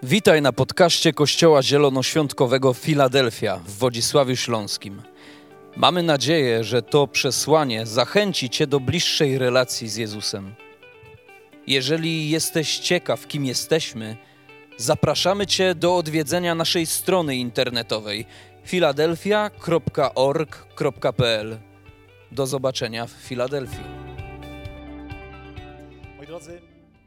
Witaj na podcaście Kościoła Zielonoświątkowego Filadelfia w Wodzisławiu Śląskim. Mamy nadzieję, że to przesłanie zachęci Cię do bliższej relacji z Jezusem. Jeżeli jesteś ciekaw, kim jesteśmy, zapraszamy Cię do odwiedzenia naszej strony internetowej filadelfia.org.pl. Do zobaczenia w Filadelfii. Moi drodzy,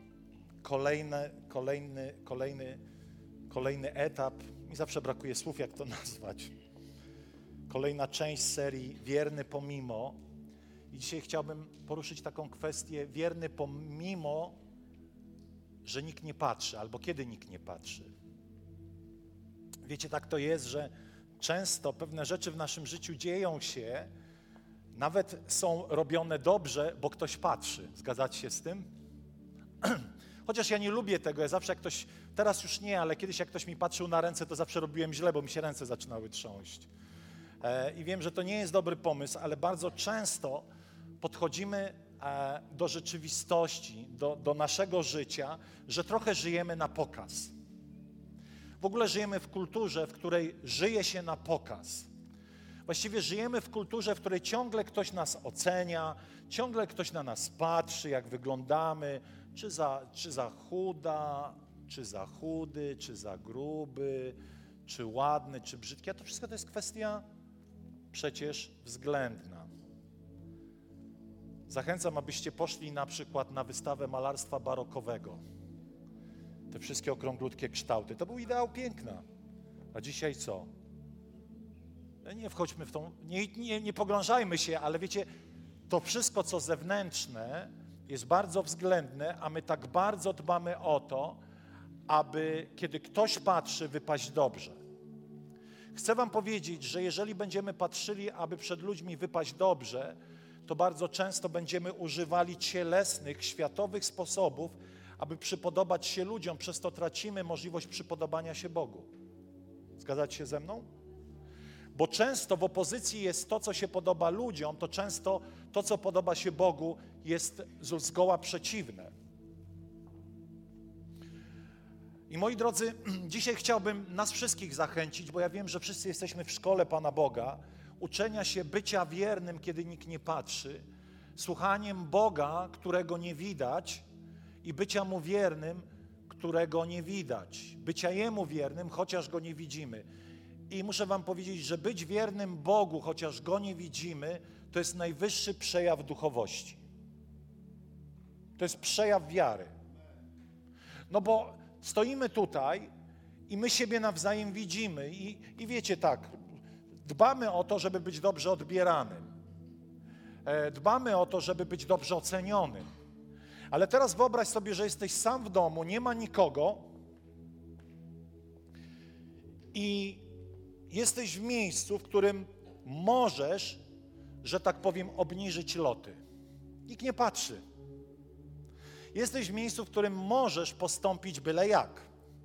kolejny etap, mi zawsze brakuje słów, jak to nazwać. Kolejna część serii Wierny pomimo. I dzisiaj chciałbym poruszyć taką kwestię, wierny pomimo, że nikt nie patrzy, albo kiedy nikt nie patrzy. Wiecie, tak to jest, że często pewne rzeczy w naszym życiu dzieją się, nawet są robione dobrze, bo ktoś patrzy. Zgadzacie się z tym? Chociaż ja nie lubię tego, ja zawsze jak ktoś, teraz już nie, ale kiedyś jak ktoś mi patrzył na ręce, to zawsze robiłem źle, bo mi się ręce zaczynały trząść. I wiem, że to nie jest dobry pomysł, ale bardzo często podchodzimy do rzeczywistości, do naszego życia, że trochę żyjemy na pokaz. W ogóle żyjemy w kulturze, w której żyje się na pokaz. Właściwie żyjemy w kulturze, w której ciągle ktoś nas ocenia, ciągle ktoś na nas patrzy, jak wyglądamy, czy za chuda, czy za chudy, czy za gruby, czy ładny, czy brzydki. A to wszystko to jest kwestia przecież względna. Zachęcam, abyście poszli na przykład na wystawę malarstwa barokowego. Te wszystkie okrąglutkie kształty. To był ideał piękna. A dzisiaj co? Nie wchodźmy w tą, nie pogrążajmy się, ale wiecie, to wszystko, co zewnętrzne, jest bardzo względne, a my tak bardzo dbamy o to, aby kiedy ktoś patrzy, wypaść dobrze. Chcę wam powiedzieć, że jeżeli będziemy patrzyli, aby przed ludźmi wypaść dobrze, to bardzo często będziemy używali cielesnych, światowych sposobów, aby przypodobać się ludziom, przez to tracimy możliwość przypodobania się Bogu. Zgadzacie się ze mną? Bo często w opozycji jest to, co się podoba ludziom, to często to, co podoba się Bogu, jest zgoła przeciwne. I moi drodzy, dzisiaj chciałbym nas wszystkich zachęcić, bo ja wiem, że wszyscy jesteśmy w szkole Pana Boga, uczenia się bycia wiernym, kiedy nikt nie patrzy, słuchaniem Boga, którego nie widać i bycia Mu wiernym, którego nie widać. Bycia Jemu wiernym, chociaż Go nie widzimy. I muszę wam powiedzieć, że być wiernym Bogu, chociaż Go nie widzimy, to jest najwyższy przejaw duchowości. To jest przejaw wiary. No bo stoimy tutaj i my siebie nawzajem widzimy i wiecie tak, dbamy o to, żeby być dobrze odbieranym. Dbamy o to, żeby być dobrze ocenionym. Ale teraz wyobraź sobie, że jesteś sam w domu, nie ma nikogo i jesteś w miejscu, w którym możesz, że tak powiem, obniżyć loty. Nikt nie patrzy. Jesteś w miejscu, w którym możesz postąpić byle jak.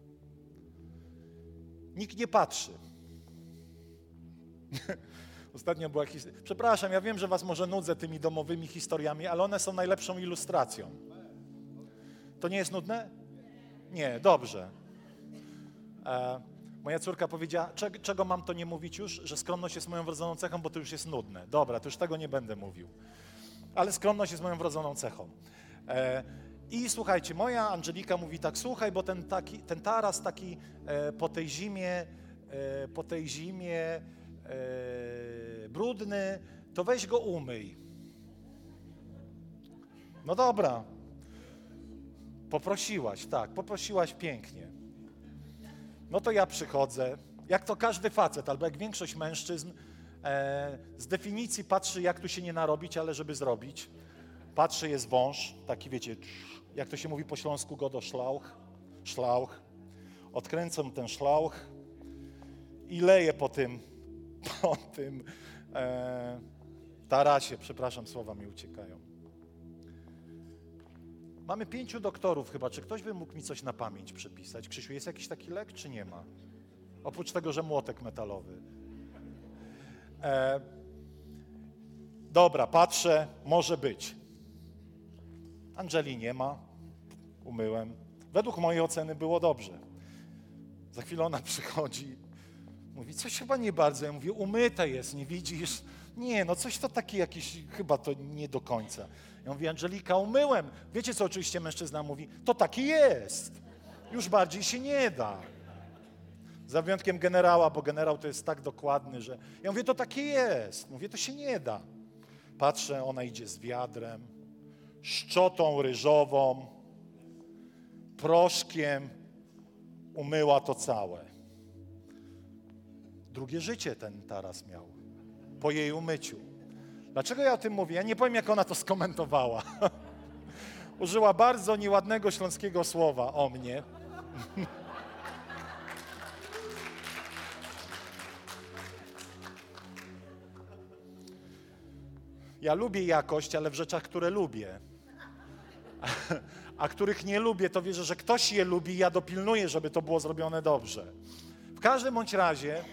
Nikt nie patrzy. Ostatnio była historia. Przepraszam, ja wiem, że was może nudzę tymi domowymi historiami, ale one są najlepszą ilustracją. To nie jest nudne? Nie, dobrze. Moja córka powiedziała, czego mam to nie mówić już? Że skromność jest moją wrodzoną cechą, bo to już jest nudne. Dobra, to już tego nie będę mówił. Ale skromność jest moją wrodzoną cechą. I słuchajcie, moja Angelika mówi tak, słuchaj, bo ten taras taki po tej zimie brudny, to weź go umyj. No dobra. Poprosiłaś pięknie. No to ja przychodzę, jak to każdy facet, albo jak większość mężczyzn, z definicji patrzy, jak tu się nie narobić, ale żeby zrobić. Patrzy, jest wąż, taki wiecie, jak to się mówi po śląsku, szlauch. Odkręcam ten szlauch i leję po tym tarasie, przepraszam, słowa mi uciekają. Mamy 5 doktorów chyba. Czy ktoś by mógł mi coś na pamięć przepisać? Krzysiu, jest jakiś taki lek, czy nie ma? Oprócz tego, że młotek metalowy. Dobra, patrzę, może być. Angeli nie ma, umyłem. Według mojej oceny było dobrze. Za chwilę ona przychodzi, mówi, coś chyba nie bardzo. Ja mówię, umyte jest, nie widzisz? Nie, no coś to taki jakiś, chyba to nie do końca. Ja mówię, Angelika, umyłem. Wiecie, co oczywiście mężczyzna mówi? To taki jest. Już bardziej się nie da. Za wyjątkiem generała, bo generał to jest tak dokładny, że... Ja mówię, to takie jest. Mówię, to się nie da. Patrzę, ona idzie z wiadrem, szczotą ryżową, proszkiem, umyła to całe. Drugie życie ten taras miał, po jej umyciu. Dlaczego ja o tym mówię? Ja nie powiem, jak ona to skomentowała. Użyła bardzo nieładnego śląskiego słowa o mnie. Ja lubię jakość, ale w rzeczach, które lubię. A których nie lubię, to wierzę, że ktoś je lubi i ja dopilnuję, żeby to było zrobione dobrze. W każdym bądź razie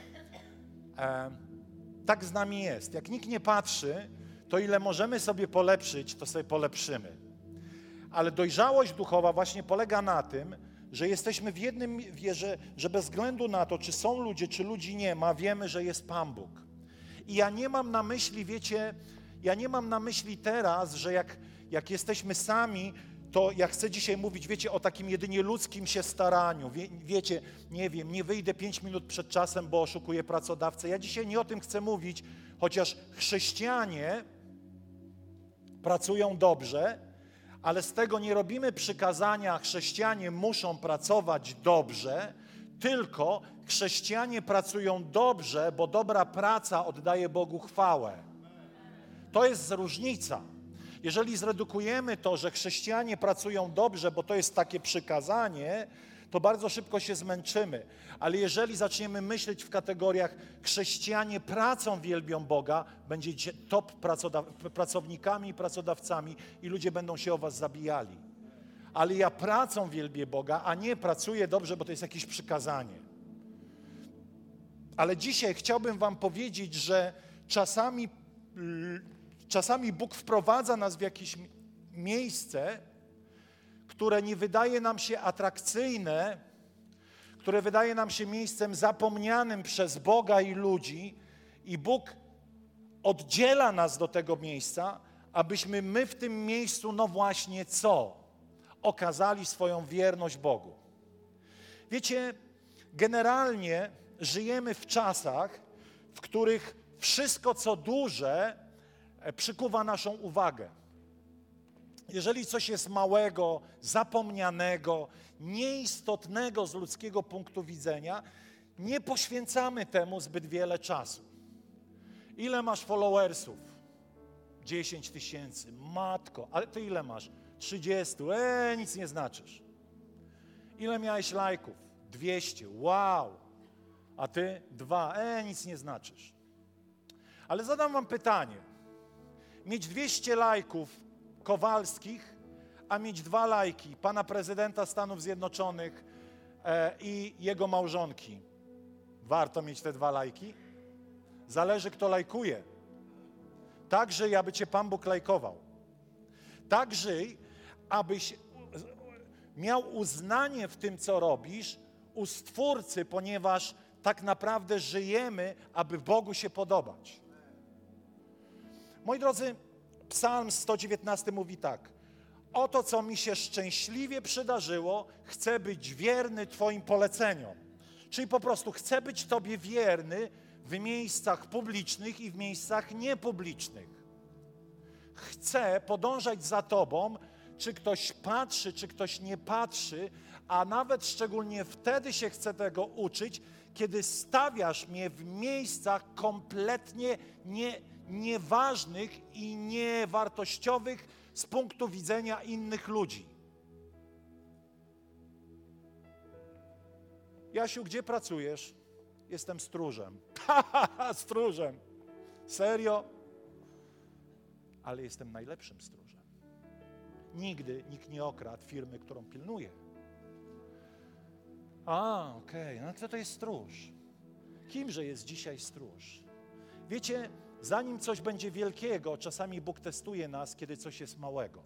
tak z nami jest. Jak nikt nie patrzy, to ile możemy sobie polepszyć, to sobie polepszymy. Ale dojrzałość duchowa właśnie polega na tym, że jesteśmy w jednym, że bez względu na to, czy są ludzie, czy ludzi nie ma, wiemy, że jest Pan Bóg. I ja nie mam na myśli, wiecie, ja nie mam na myśli teraz, że jak jesteśmy sami, to ja chcę dzisiaj mówić, wiecie, o takim jedynie ludzkim się staraniu. Wiecie, nie wiem, nie wyjdę 5 minut przed czasem, bo oszukuję pracodawcę. Ja dzisiaj nie o tym chcę mówić, chociaż chrześcijanie pracują dobrze, ale z tego nie robimy przykazania, chrześcijanie muszą pracować dobrze, tylko chrześcijanie pracują dobrze, bo dobra praca oddaje Bogu chwałę. To jest różnica. Jeżeli zredukujemy to, że chrześcijanie pracują dobrze, bo to jest takie przykazanie, to bardzo szybko się zmęczymy. Ale jeżeli zaczniemy myśleć w kategoriach chrześcijanie pracą wielbią Boga, będziecie top pracownikami i pracodawcami i ludzie będą się o was zabijali. Ale ja pracą wielbię Boga, a nie pracuję dobrze, bo to jest jakieś przykazanie. Ale dzisiaj chciałbym wam powiedzieć, że czasami Bóg wprowadza nas w jakieś miejsce, które nie wydaje nam się atrakcyjne, które wydaje nam się miejscem zapomnianym przez Boga i ludzi, i Bóg oddziela nas do tego miejsca, abyśmy my w tym miejscu, no właśnie co? Okazali swoją wierność Bogu. Wiecie, generalnie żyjemy w czasach, w których wszystko, co duże, przykuwa naszą uwagę. Jeżeli coś jest małego, zapomnianego, nieistotnego z ludzkiego punktu widzenia, nie poświęcamy temu zbyt wiele czasu. Ile masz followersów? 10 000. Matko, ale ty ile masz? 30. Nic nie znaczysz. Ile miałeś lajków? 200. Wow. A ty 2. Nic nie znaczysz. Ale zadam wam pytanie. Mieć 200 lajków Kowalskich, a mieć 2 lajki pana prezydenta Stanów Zjednoczonych i jego małżonki. Warto mieć te 2 lajki? Zależy, kto lajkuje. Tak żyj, aby cię Pan Bóg lajkował. Tak żyj, abyś miał uznanie w tym, co robisz, u Stwórcy, ponieważ tak naprawdę żyjemy, aby Bogu się podobać. Moi drodzy, Psalm 119 mówi tak. Oto, co mi się szczęśliwie przydarzyło, chcę być wierny Twoim poleceniom. Czyli po prostu chcę być Tobie wierny w miejscach publicznych i w miejscach niepublicznych. Chcę podążać za Tobą, czy ktoś patrzy, czy ktoś nie patrzy, a nawet szczególnie wtedy się chcę tego uczyć, kiedy stawiasz mnie w miejscach kompletnie nieważnych i niewartościowych z punktu widzenia innych ludzi. Jasiu, gdzie pracujesz? Jestem stróżem. Stróżem. Serio? Ale jestem najlepszym stróżem. Nigdy nikt nie okradł firmy, którą pilnuję. Okej. No to jest stróż. Kimże jest dzisiaj stróż? Wiecie, zanim coś będzie wielkiego, czasami Bóg testuje nas, kiedy coś jest małego.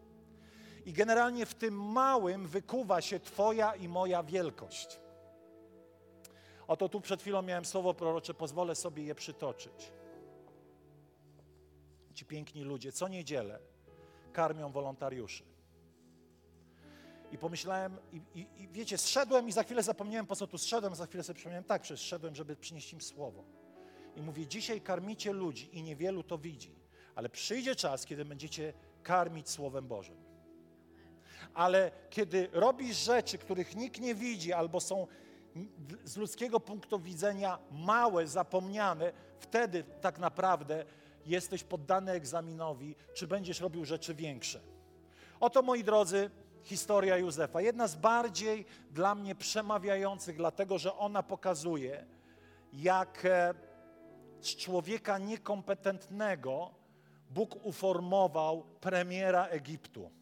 I generalnie w tym małym wykuwa się Twoja i moja wielkość. Oto tu przed chwilą miałem słowo prorocze, pozwolę sobie je przytoczyć. Ci piękni ludzie co niedzielę karmią wolontariuszy. I pomyślałem, i wiecie, zszedłem i za chwilę zapomniałem, po co tu zszedłem, za chwilę sobie przypomniałem, tak, przecież zszedłem, żeby przynieść im słowo. I mówię, dzisiaj karmicie ludzi i niewielu to widzi, ale przyjdzie czas, kiedy będziecie karmić Słowem Bożym. Ale kiedy robisz rzeczy, których nikt nie widzi, albo są z ludzkiego punktu widzenia małe, zapomniane, wtedy tak naprawdę jesteś poddany egzaminowi, czy będziesz robił rzeczy większe. Oto, moi drodzy, historia Józefa. Jedna z bardziej dla mnie przemawiających, dlatego że ona pokazuje, jak z człowieka niekompetentnego Bóg uformował premiera Egiptu.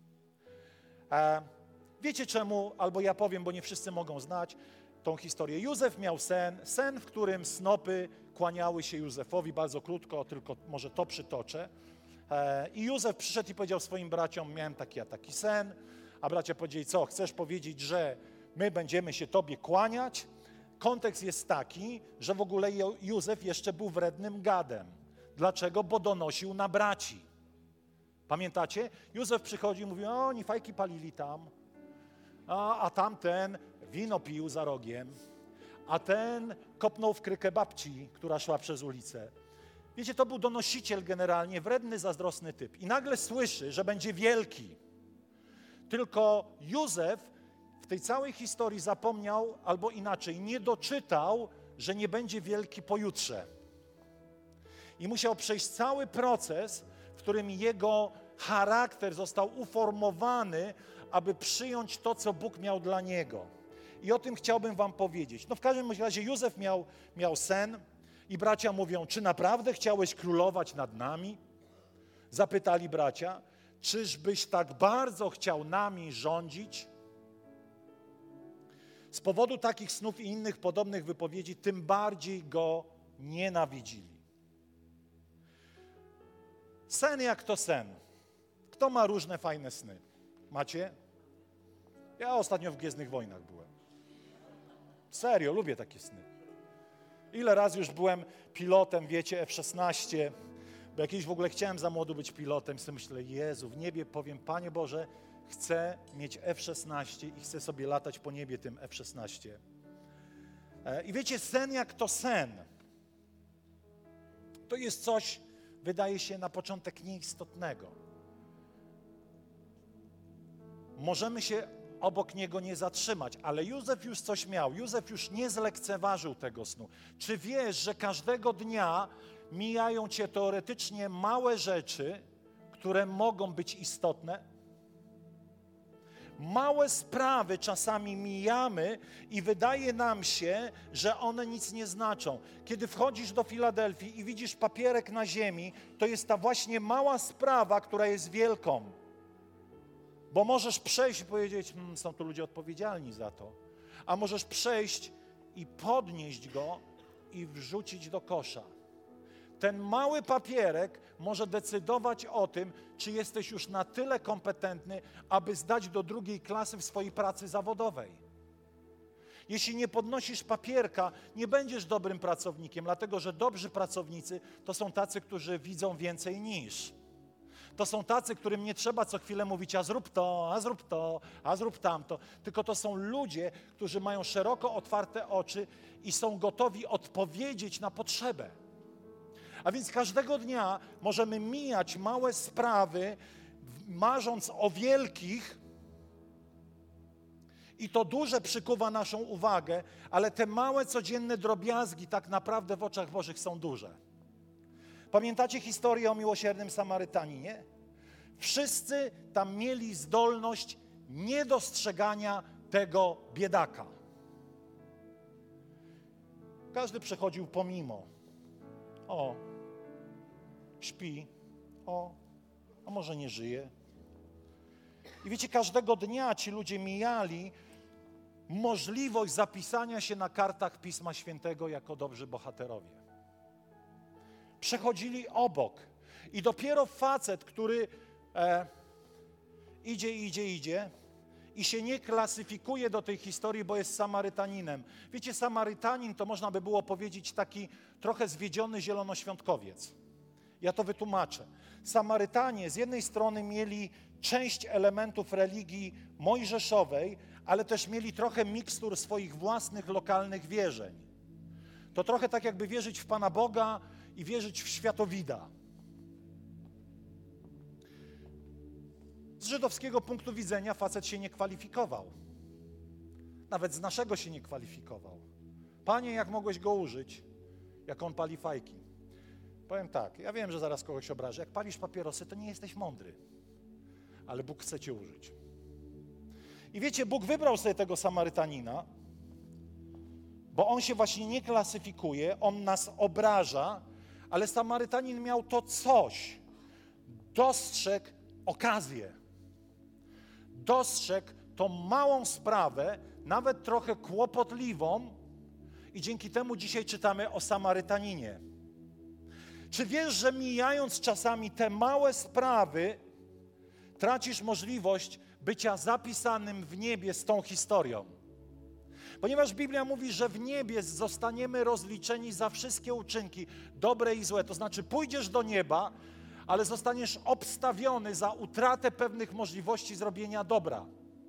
Wiecie czemu, albo ja powiem, bo nie wszyscy mogą znać tą historię. Józef miał sen, w którym snopy kłaniały się Józefowi, bardzo krótko, tylko może to przytoczę. I Józef przyszedł i powiedział swoim braciom, miałem taki sen, a bracia powiedzieli, co, chcesz powiedzieć, że my będziemy się tobie kłaniać? Kontekst jest taki, że w ogóle Józef jeszcze był wrednym gadem. Dlaczego? Bo donosił na braci. Pamiętacie? Józef przychodził i mówił, oni fajki palili tam, a tamten wino pił za rogiem, a ten kopnął w krykę babci, która szła przez ulicę. Wiecie, to był donosiciel generalnie, wredny, zazdrosny typ. I nagle słyszy, że będzie wielki. Tylko Józef w tej całej historii zapomniał, albo inaczej, nie doczytał, że nie będzie wielki pojutrze. I musiał przejść cały proces, w którym jego charakter został uformowany, aby przyjąć to, co Bóg miał dla niego. I o tym chciałbym wam powiedzieć. No w każdym razie Józef miał sen i bracia mówią, czy naprawdę chciałeś królować nad nami? Zapytali bracia, czyżbyś tak bardzo chciał nami rządzić? Z powodu takich snów i innych podobnych wypowiedzi tym bardziej go nienawidzili. Sen jak to sen. Kto ma różne fajne sny? Macie? Ja ostatnio w Gwiezdnych Wojnach byłem. Serio, lubię takie sny. Ile razy już byłem pilotem, wiecie, F-16, bo jakieś w ogóle chciałem za młodu być pilotem. I sobie myślę, Jezu, w niebie powiem, Panie Boże, chcę mieć F-16 i chcę sobie latać po niebie tym F-16. I wiecie, sen jak to sen. To jest coś, wydaje się na początek nieistotnego. Możemy się obok niego nie zatrzymać, ale Józef już coś miał. Józef już nie zlekceważył tego snu. Czy wiesz, że każdego dnia mijają cię teoretycznie małe rzeczy, które mogą być istotne? Małe sprawy czasami mijamy i wydaje nam się, że one nic nie znaczą. Kiedy wchodzisz do Filadelfii i widzisz papierek na ziemi, to jest ta właśnie mała sprawa, która jest wielką. Bo możesz przejść i powiedzieć, są tu ludzie odpowiedzialni za to. A możesz przejść i podnieść go i wrzucić do kosza. Ten mały papierek może decydować o tym, czy jesteś już na tyle kompetentny, aby zdać do 2. klasy w swojej pracy zawodowej. Jeśli nie podnosisz papierka, nie będziesz dobrym pracownikiem, dlatego że dobrzy pracownicy to są tacy, którzy widzą więcej niż. To są tacy, którym nie trzeba co chwilę mówić, a zrób to, a zrób to, a zrób tamto. Tylko to są ludzie, którzy mają szeroko otwarte oczy i są gotowi odpowiedzieć na potrzebę. A więc każdego dnia możemy mijać małe sprawy, marząc o wielkich i to duże przykuwa naszą uwagę, ale te małe, codzienne drobiazgi tak naprawdę w oczach Bożych są duże. Pamiętacie historię o miłosiernym Samarytaninie? Wszyscy tam mieli zdolność niedostrzegania tego biedaka. Każdy przechodził pomimo. O, śpi. O, a może nie żyje. I wiecie, każdego dnia ci ludzie mijali możliwość zapisania się na kartach Pisma Świętego jako dobrzy bohaterowie. Przechodzili obok. I dopiero facet, który idzie i się nie klasyfikuje do tej historii, bo jest Samarytaninem. Wiecie, Samarytanin to można by było powiedzieć taki trochę zwiedziony zielonoświątkowiec. Ja to wytłumaczę. Samarytanie z jednej strony mieli część elementów religii mojżeszowej, ale też mieli trochę mikstur swoich własnych lokalnych wierzeń. To trochę tak jakby wierzyć w Pana Boga i wierzyć w światowida. Z żydowskiego punktu widzenia facet się nie kwalifikował. Nawet z naszego się nie kwalifikował. Panie, jak mogłeś go użyć, jak on pali fajki? Powiem tak, ja wiem, że zaraz kogoś obrażę. Jak palisz papierosy, to nie jesteś mądry. Ale Bóg chce cię użyć. I wiecie, Bóg wybrał sobie tego Samarytanina, bo on się właśnie nie klasyfikuje, on nas obraża, ale Samarytanin miał to coś. Dostrzegł okazję. Dostrzegł tą małą sprawę, nawet trochę kłopotliwą i dzięki temu dzisiaj czytamy o Samarytaninie. Czy wiesz, że mijając czasami te małe sprawy, tracisz możliwość bycia zapisanym w niebie z tą historią? Ponieważ Biblia mówi, że w niebie zostaniemy rozliczeni za wszystkie uczynki, dobre i złe. To znaczy pójdziesz do nieba, ale zostaniesz obstawiony za utratę pewnych możliwości zrobienia dobra.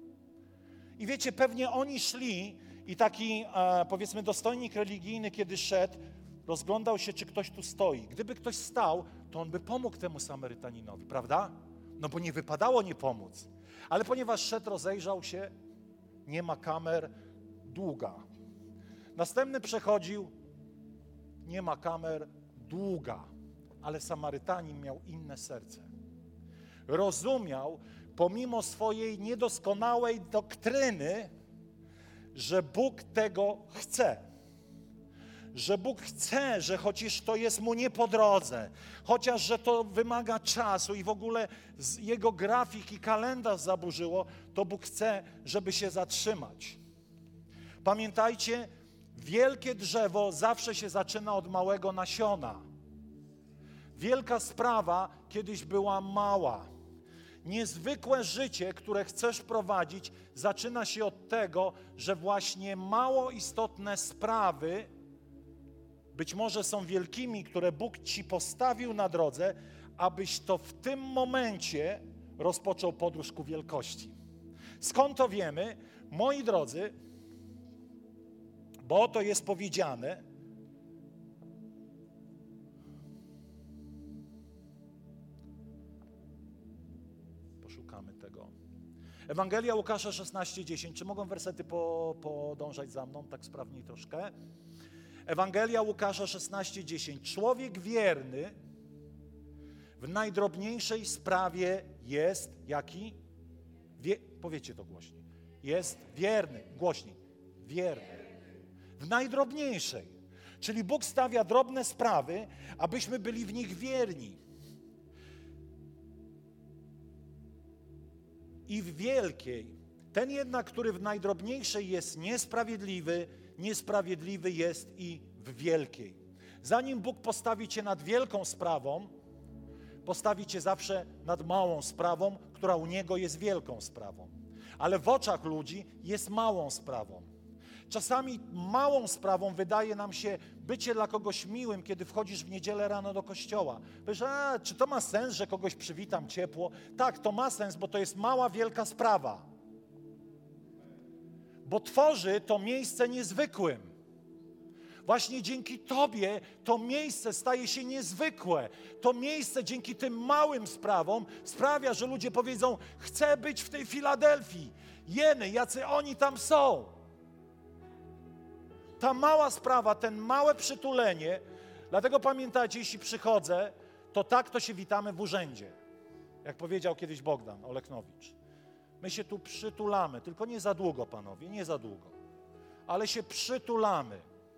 I wiecie, pewnie oni szli i taki, powiedzmy, dostojnik religijny, kiedy szedł, rozglądał się, czy ktoś tu stoi. Gdyby ktoś stał, to on by pomógł temu Samarytaninowi, prawda? No bo nie wypadało nie pomóc. Ale ponieważ szedł, rozejrzał się, nie ma kamer, długa. Następny przechodził, nie ma kamer, długa. Ale Samarytanin miał inne serce. Rozumiał, pomimo swojej niedoskonałej doktryny, że Bóg tego chce. Że Bóg chce, że chociaż to jest mu nie po drodze, chociaż, że to wymaga czasu i w ogóle jego grafik i kalendarz zaburzyło, to Bóg chce, żeby się zatrzymać. Pamiętajcie, wielkie drzewo zawsze się zaczyna od małego nasiona. Wielka sprawa kiedyś była mała. Niezwykłe życie, które chcesz prowadzić, zaczyna się od tego, że właśnie mało istotne sprawy być może są wielkimi, które Bóg ci postawił na drodze, abyś to w tym momencie rozpoczął podróż ku wielkości. Skąd to wiemy? Moi drodzy, bo to jest powiedziane, poszukamy tego. Ewangelia Łukasza 16:10. Czy mogą wersety podążać za mną tak sprawniej troszkę? Ewangelia Łukasza 16:10. Człowiek wierny w najdrobniejszej sprawie jest jaki? Powiedzcie to głośniej. Jest wierny. Głośniej. Wierny. W najdrobniejszej. Czyli Bóg stawia drobne sprawy, abyśmy byli w nich wierni. I w wielkiej. Ten jednak, który w najdrobniejszej jest niesprawiedliwy, niesprawiedliwy jest i w wielkiej. Zanim Bóg postawi cię nad wielką sprawą, postawi cię zawsze nad małą sprawą, która u Niego jest wielką sprawą. Ale w oczach ludzi jest małą sprawą. Czasami małą sprawą wydaje nam się bycie dla kogoś miłym, kiedy wchodzisz w niedzielę rano do kościoła. Powiesz, czy to ma sens, że kogoś przywitam ciepło? Tak, to ma sens, bo to jest mała, wielka sprawa. Bo tworzy to miejsce niezwykłym. Właśnie dzięki Tobie to miejsce staje się niezwykłe. To miejsce dzięki tym małym sprawom sprawia, że ludzie powiedzą, chcę być w tej Filadelfii. Jeny, jacy oni tam są. Ta mała sprawa, ten małe przytulenie, dlatego pamiętajcie, jeśli przychodzę, to tak to się witamy w urzędzie. Jak powiedział kiedyś Bogdan Oleknowicz. My się tu przytulamy, tylko nie za długo, panowie, nie za długo. Ale się przytulamy.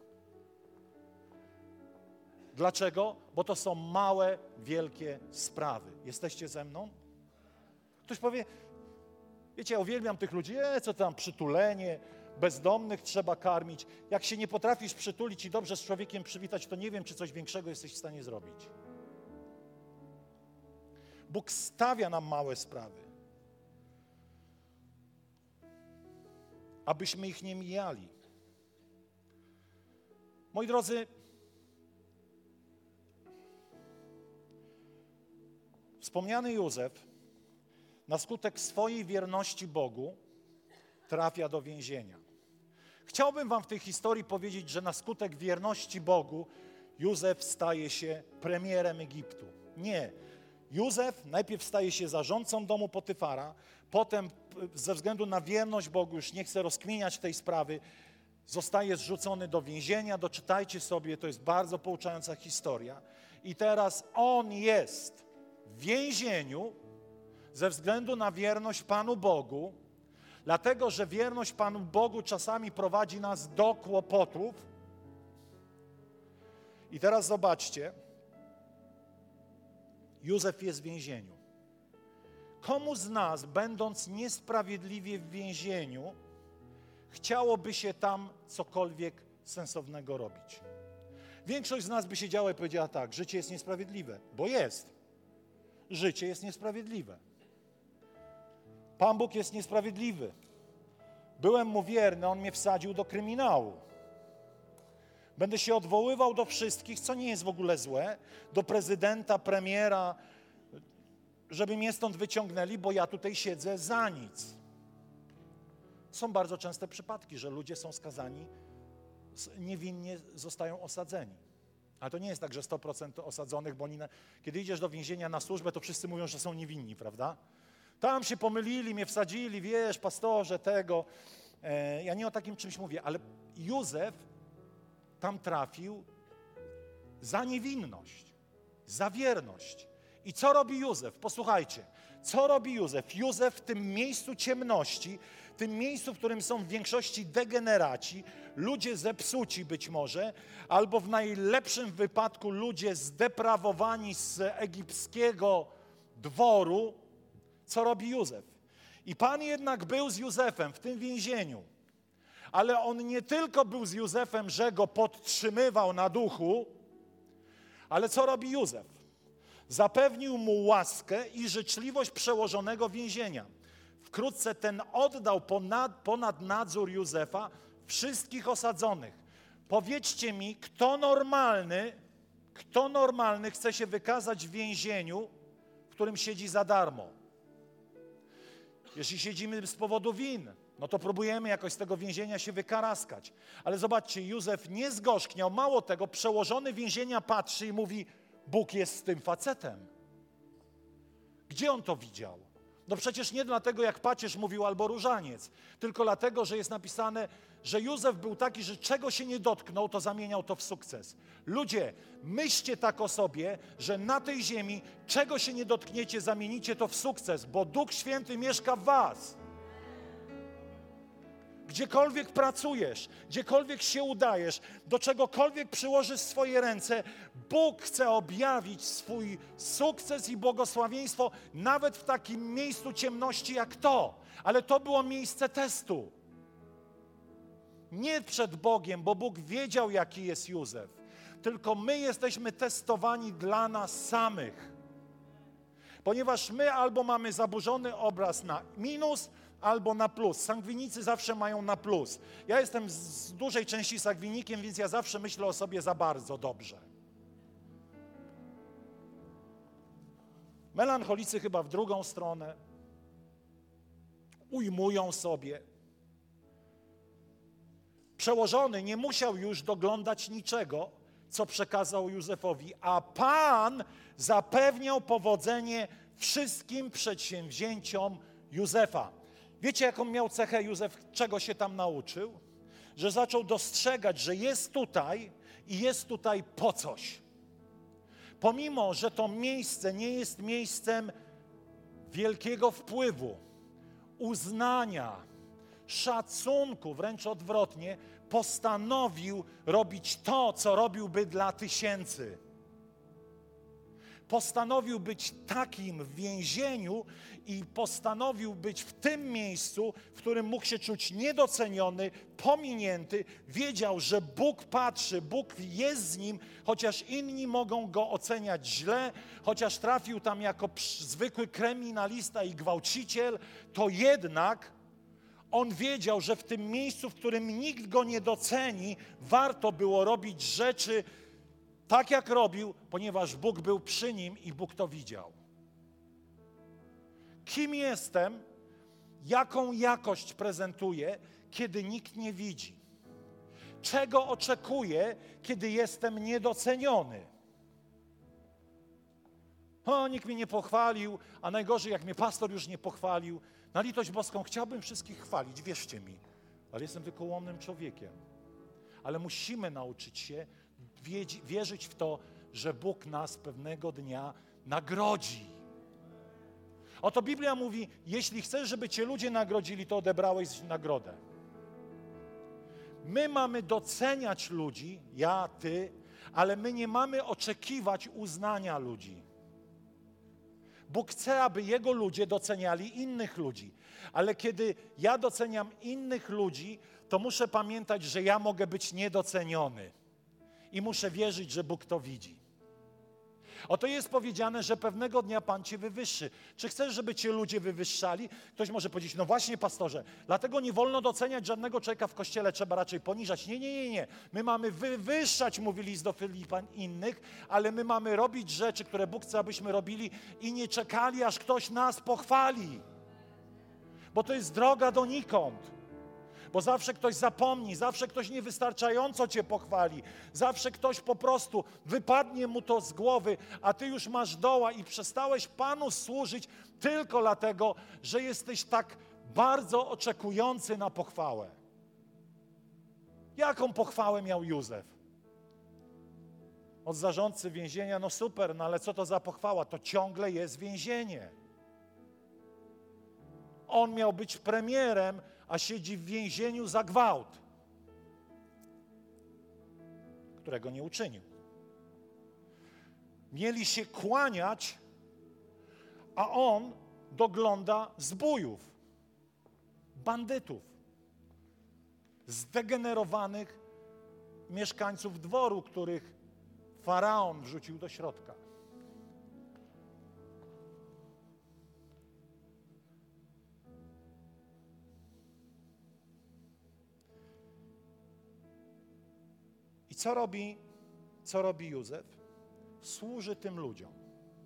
Dlaczego? Bo to są małe, wielkie sprawy. Jesteście ze mną? Ktoś powie, wiecie, ja uwielbiam tych ludzi, co tam przytulenie, bezdomnych trzeba karmić. Jak się nie potrafisz przytulić i dobrze z człowiekiem przywitać, to nie wiem, czy coś większego jesteś w stanie zrobić. Bóg stawia nam małe sprawy. abyśmy ich nie mijali. Moi drodzy, wspomniany Józef na skutek swojej wierności Bogu trafia do więzienia. Chciałbym wam w tej historii powiedzieć, że na skutek wierności Bogu Józef staje się premierem Egiptu. Nie. Józef najpierw staje się zarządcą domu Potyfara, potem ze względu na wierność Bogu, już nie chcę rozkminiać tej sprawy, zostaje zrzucony do więzienia. Doczytajcie sobie, to jest bardzo pouczająca historia. I teraz on jest w więzieniu ze względu na wierność Panu Bogu, dlatego że wierność Panu Bogu czasami prowadzi nas do kłopotów. I teraz zobaczcie, Józef jest w więzieniu. Komu z nas, będąc niesprawiedliwie w więzieniu, chciałoby się tam cokolwiek sensownego robić? Większość z nas by siedziała i powiedziała tak, życie jest niesprawiedliwe, bo jest. Życie jest niesprawiedliwe. Pan Bóg jest niesprawiedliwy. Byłem mu wierny, on mnie wsadził do kryminału. Będę się odwoływał do wszystkich, co nie jest w ogóle złe, do prezydenta, premiera, żeby mnie stąd wyciągnęli, bo ja tutaj siedzę za nic. Są bardzo częste przypadki, że ludzie są skazani, niewinnie zostają osadzeni. Ale to nie jest tak, że 100% osadzonych, bo kiedy idziesz do więzienia na służbę, to wszyscy mówią, że są niewinni, prawda? Tam się pomylili, mnie wsadzili, wiesz, pastorze, tego. Ja nie o takim czymś mówię, ale Józef tam trafił za niewinność, za wierność. I co robi Józef? Posłuchajcie, co robi Józef? Józef w tym miejscu ciemności, w tym miejscu, w którym są w większości degeneraci, ludzie zepsuci być może, albo w najlepszym wypadku ludzie zdeprawowani z egipskiego dworu, co robi Józef? I Pan jednak był z Józefem w tym więzieniu, ale on nie tylko był z Józefem, że go podtrzymywał na duchu, ale co robi Józef? Zapewnił mu łaskę i życzliwość przełożonego więzienia. Wkrótce ten oddał ponad nadzór Józefa wszystkich osadzonych. Powiedzcie mi, kto normalny chce się wykazać w więzieniu, w którym siedzi za darmo? Jeśli siedzimy z powodu win, no to próbujemy jakoś z tego więzienia się wykaraskać. Ale zobaczcie, Józef nie zgorzkniał, mało tego, przełożony więzienia patrzy i mówi, Bóg jest z tym facetem. Gdzie on to widział? No przecież nie dlatego, jak pacierz mówił albo różaniec, tylko dlatego, że jest napisane, że Józef był taki, że czego się nie dotknął, to zamieniał to w sukces. Ludzie, myślcie tak o sobie, że na tej ziemi, czego się nie dotkniecie, zamienicie to w sukces, bo Duch Święty mieszka w was. Gdziekolwiek pracujesz, gdziekolwiek się udajesz, do czegokolwiek przyłożysz swoje ręce, Bóg chce objawić swój sukces i błogosławieństwo nawet w takim miejscu ciemności jak to. Ale to było miejsce testu. Nie przed Bogiem, bo Bóg wiedział, jaki jest Józef. Tylko my jesteśmy testowani dla nas samych. Ponieważ my albo mamy zaburzony obraz na minus, albo na plus. Sangwinicy zawsze mają na plus. Ja jestem z dużej części sangwinikiem, więc ja zawsze myślę o sobie za bardzo dobrze. Melancholicy chyba w drugą stronę. Ujmują sobie. Przełożony nie musiał już doglądać niczego, co przekazał Józefowi, a Pan zapewniał powodzenie wszystkim przedsięwzięciom Józefa. Wiecie, jaką miał cechę Józef, czego się tam nauczył? Że zaczął dostrzegać, że jest tutaj i jest tutaj po coś. Pomimo, że to miejsce nie jest miejscem wielkiego wpływu, uznania, szacunku, wręcz odwrotnie, postanowił robić to, co robiłby dla tysięcy. Postanowił być takim w więzieniu i postanowił być w tym miejscu, w którym mógł się czuć niedoceniony, pominięty. Wiedział, że Bóg patrzy, Bóg jest z nim, chociaż inni mogą go oceniać źle, chociaż trafił tam jako zwykły kryminalista i gwałciciel, to jednak On wiedział, że w tym miejscu, w którym nikt go nie doceni, warto było robić rzeczy tak, jak robił, ponieważ Bóg był przy nim i Bóg to widział. Kim jestem, jaką jakość prezentuję, kiedy nikt nie widzi? Czego oczekuję, kiedy jestem niedoceniony? O, nikt mnie nie pochwalił, a najgorzej, jak mnie pastor już nie pochwalił. Na litość boską chciałbym wszystkich chwalić, wierzcie mi, ale jestem tylko ułomnym człowiekiem. Ale musimy nauczyć się wierzyć w to, że Bóg nas pewnego dnia nagrodzi. Oto Biblia mówi, jeśli chcesz, żeby cię ludzie nagrodzili, to odebrałeś nagrodę. My mamy doceniać ludzi, ja, ty, ale my nie mamy oczekiwać uznania ludzi. Bóg chce, aby Jego ludzie doceniali innych ludzi. Ale kiedy ja doceniam innych ludzi, to muszę pamiętać, że ja mogę być niedoceniony. I muszę wierzyć, że Bóg to widzi. Oto jest powiedziane, że pewnego dnia Pan cię wywyższy. Czy chcesz, żeby cię ludzie wywyższali? Ktoś może powiedzieć, no właśnie, pastorze, dlatego nie wolno doceniać żadnego człowieka w Kościele, trzeba raczej poniżać. Nie. My mamy wywyższać, mówi list do Filipan, innych, ale my mamy robić rzeczy, które Bóg chce, abyśmy robili i nie czekali, aż ktoś nas pochwali. Bo to jest droga donikąd. Bo zawsze ktoś zapomni, zawsze ktoś niewystarczająco cię pochwali, zawsze ktoś po prostu wypadnie mu to z głowy, a ty już masz doła i przestałeś Panu służyć tylko dlatego, że jesteś tak bardzo oczekujący na pochwałę. Jaką pochwałę miał Józef? Od zarządcy więzienia, no super, no ale co to za pochwała? To ciągle jest więzienie. On miał być premierem, a siedzi w więzieniu za gwałt, którego nie uczynił. Mieli się kłaniać, a on dogląda zbójów, bandytów, zdegenerowanych mieszkańców dworu, których faraon wrzucił do środka. I co robi Józef? Służy tym ludziom.